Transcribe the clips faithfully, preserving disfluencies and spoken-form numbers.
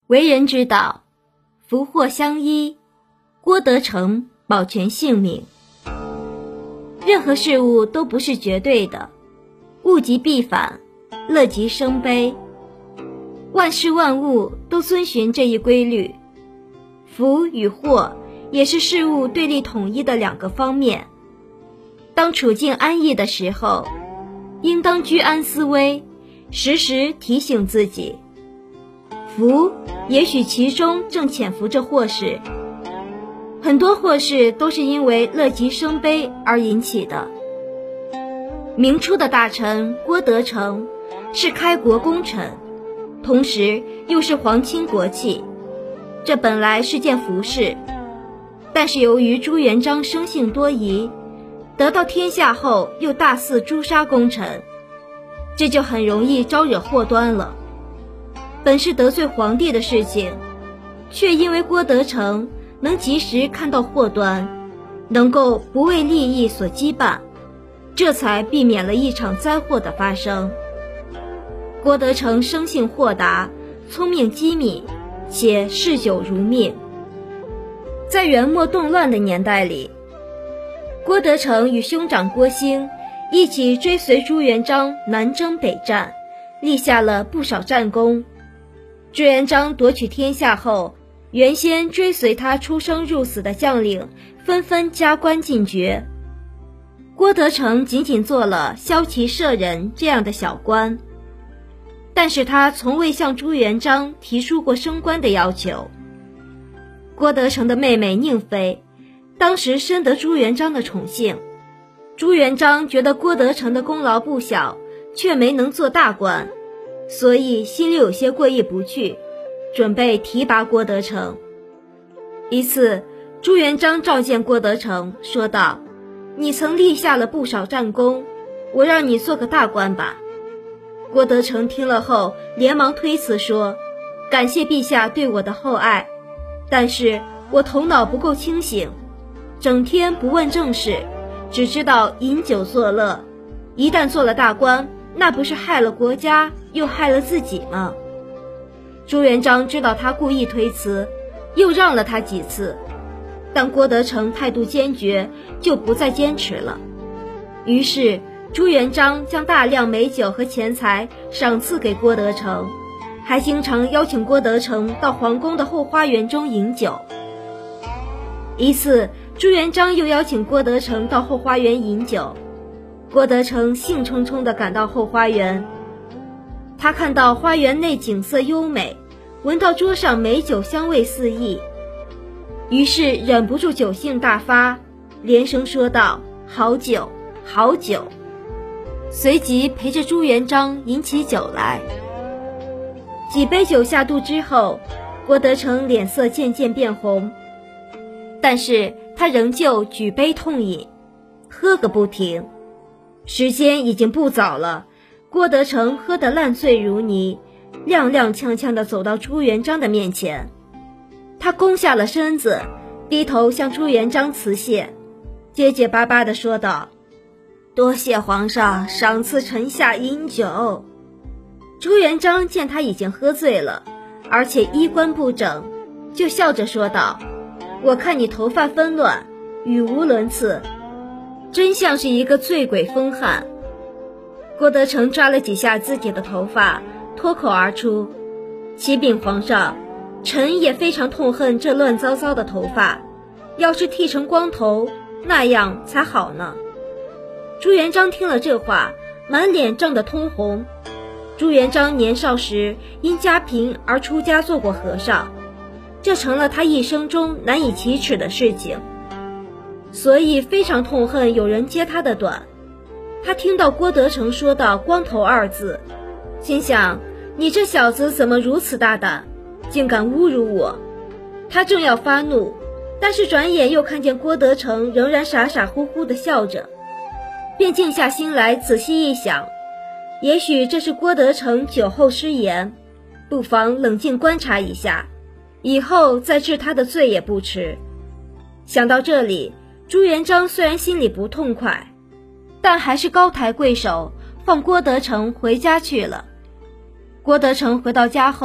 为人之道，福祸相依，郭德成保全性命。任何事物都不是绝对的，物极必反，乐极生悲，万事万物都遵循这一规律。福与祸也是事物对立统一的两个方面。当处境安逸的时候，应当居安思危，时时提醒自己，福也许其中正潜伏着祸事。很多祸事都是因为乐极生悲而引起的。明初的大臣郭德成是开国功臣，同时又是皇亲国戚，这本来是件福事。但是由于朱元璋生性多疑，得到天下后又大肆诛杀功臣，这就很容易招惹祸端了。本是得罪皇帝的事情，却因为郭德成能及时看到祸端，能够不为利益所羁绊，这才避免了一场灾祸的发生。郭德成生性豁达，聪明机敏，且嗜酒如命。在元末动乱的年代里，郭德成与兄长郭兴一起追随朱元璋南征北战，立下了不少战功。朱元璋夺取天下后，原先追随他出生入死的将领纷纷加官进爵，郭德成仅仅做了骁骑舍人这样的小官，但是他从未向朱元璋提出过升官的要求。郭德成的妹妹宁妃当时深得朱元璋的宠幸，朱元璋觉得郭德成的功劳不小，却没能做大官，所以心里有些过意不去，准备提拔郭德成。一次，朱元璋召见郭德成，说道：你曾立下了不少战功，我让你做个大官吧。郭德成听了后连忙推辞说：感谢陛下对我的厚爱，但是我头脑不够清醒，整天不问政事，只知道饮酒作乐，一旦做了大官，那不是害了国家又害了自己吗？朱元璋知道他故意推辞，又让了他几次，但郭德成态度坚决，就不再坚持了。于是朱元璋将大量美酒和钱财赏赐给郭德成，还经常邀请郭德成到皇宫的后花园中饮酒。一次，朱元璋又邀请郭德成到后花园饮酒，郭德成兴冲冲地赶到后花园，他看到花园内景色优美，闻到桌上美酒香味四溢，于是忍不住酒兴大发，连声说道：好酒，好酒。随即陪着朱元璋饮起酒来。几杯酒下肚之后，郭德成脸色渐渐变红，但是他仍旧举杯痛饮，喝个不停。时间已经不早了，郭德成喝得烂醉如泥，踉踉跄跄地走到朱元璋的面前。他弓下了身子，低头向朱元璋辞谢，结结巴巴地说道：多谢皇上赏赐臣下饮酒。朱元璋见他已经喝醉了，而且衣冠不整，就笑着说道：我看你头发纷乱，语无伦次，真像是一个醉鬼疯汉。郭德成抓了几下自己的头发，脱口而出：启禀皇上，臣也非常痛恨这乱糟糟的头发，要是剃成光头，那样才好呢。朱元璋听了这话，满脸涨得通红。朱元璋年少时因家贫而出家做过和尚，这成了他一生中难以启齿的事情，所以非常痛恨有人揭他的短。他听到郭德成说到光头二字，心想：你这小子怎么如此大胆，竟敢侮辱我。他正要发怒，但是转眼又看见郭德成仍然傻傻乎乎地笑着，便静下心来仔细一想，也许这是郭德成酒后失言，不妨冷静观察一下，以后再治他的罪也不迟。想到这里，朱元璋虽然心里不痛快，但还是高抬贵手，放郭德成回家去了。郭德成回到家后，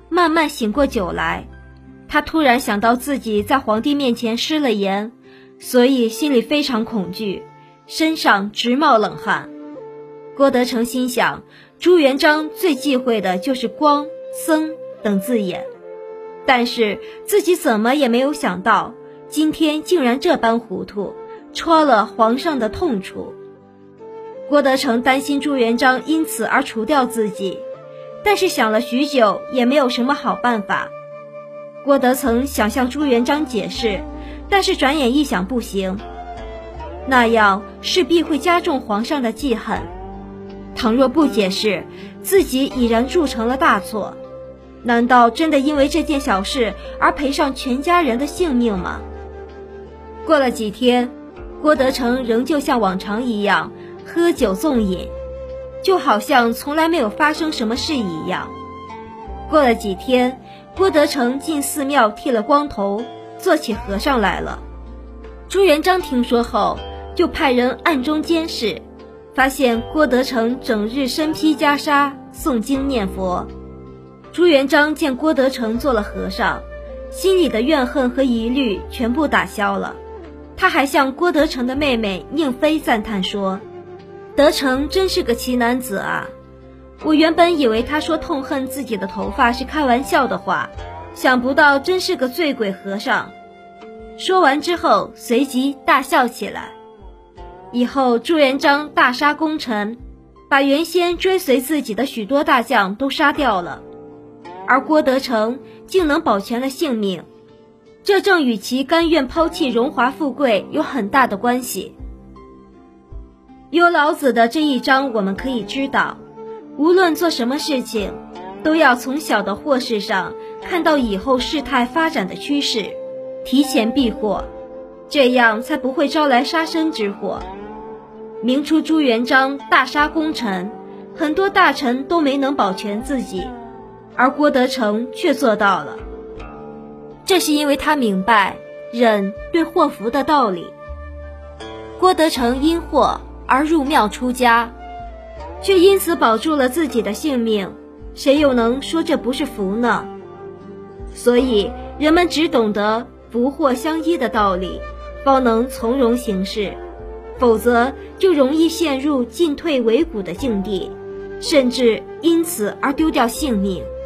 慢慢醒过酒来，他突然想到自己在皇帝面前失了言，所以心里非常恐惧，身上直冒冷汗。郭德成心想，朱元璋最忌讳的就是光、僧等字眼，但是自己怎么也没有想到，今天竟然这般糊涂，戳了皇上的痛处。郭德成担心朱元璋因此而除掉自己，但是想了许久也没有什么好办法。郭德成想向朱元璋解释，但是转眼一想不行，那样势必会加重皇上的记恨。倘若不解释，自己已然铸成了大错，难道真的因为这件小事而赔上全家人的性命吗？过了几天，郭德成仍旧像往常一样喝酒纵饮，就好像从来没有发生什么事一样。过了几天，郭德成进寺庙剃了光头，做起和尚来了。朱元璋听说后，就派人暗中监视，发现郭德成整日身披袈裟，诵经念佛。朱元璋见郭德成做了和尚，心里的怨恨和疑虑全部打消了。他还向郭德成的妹妹宁妃赞叹说，德成真是个奇男子啊，我原本以为他说痛恨自己的头发是开玩笑的话，想不到真是个醉鬼和尚。说完之后随即大笑起来。以后朱元璋大杀功臣，把原先追随自己的许多大将都杀掉了，而郭德成竟能保全了性命，这正与其甘愿抛弃荣华富贵有很大的关系。由老子的这一章我们可以知道，无论做什么事情，都要从小的祸事上看到以后事态发展的趋势，提前避祸，这样才不会招来杀身之祸。明初朱元璋大杀功臣，很多大臣都没能保全自己，而郭德成却做到了。这是因为他明白忍对祸福的道理。郭德成因祸而入庙出家，却因此保住了自己的性命，谁又能说这不是福呢？所以人们只懂得福祸相依的道理，方能从容行事，否则就容易陷入进退维谷的境地，甚至因此而丢掉性命。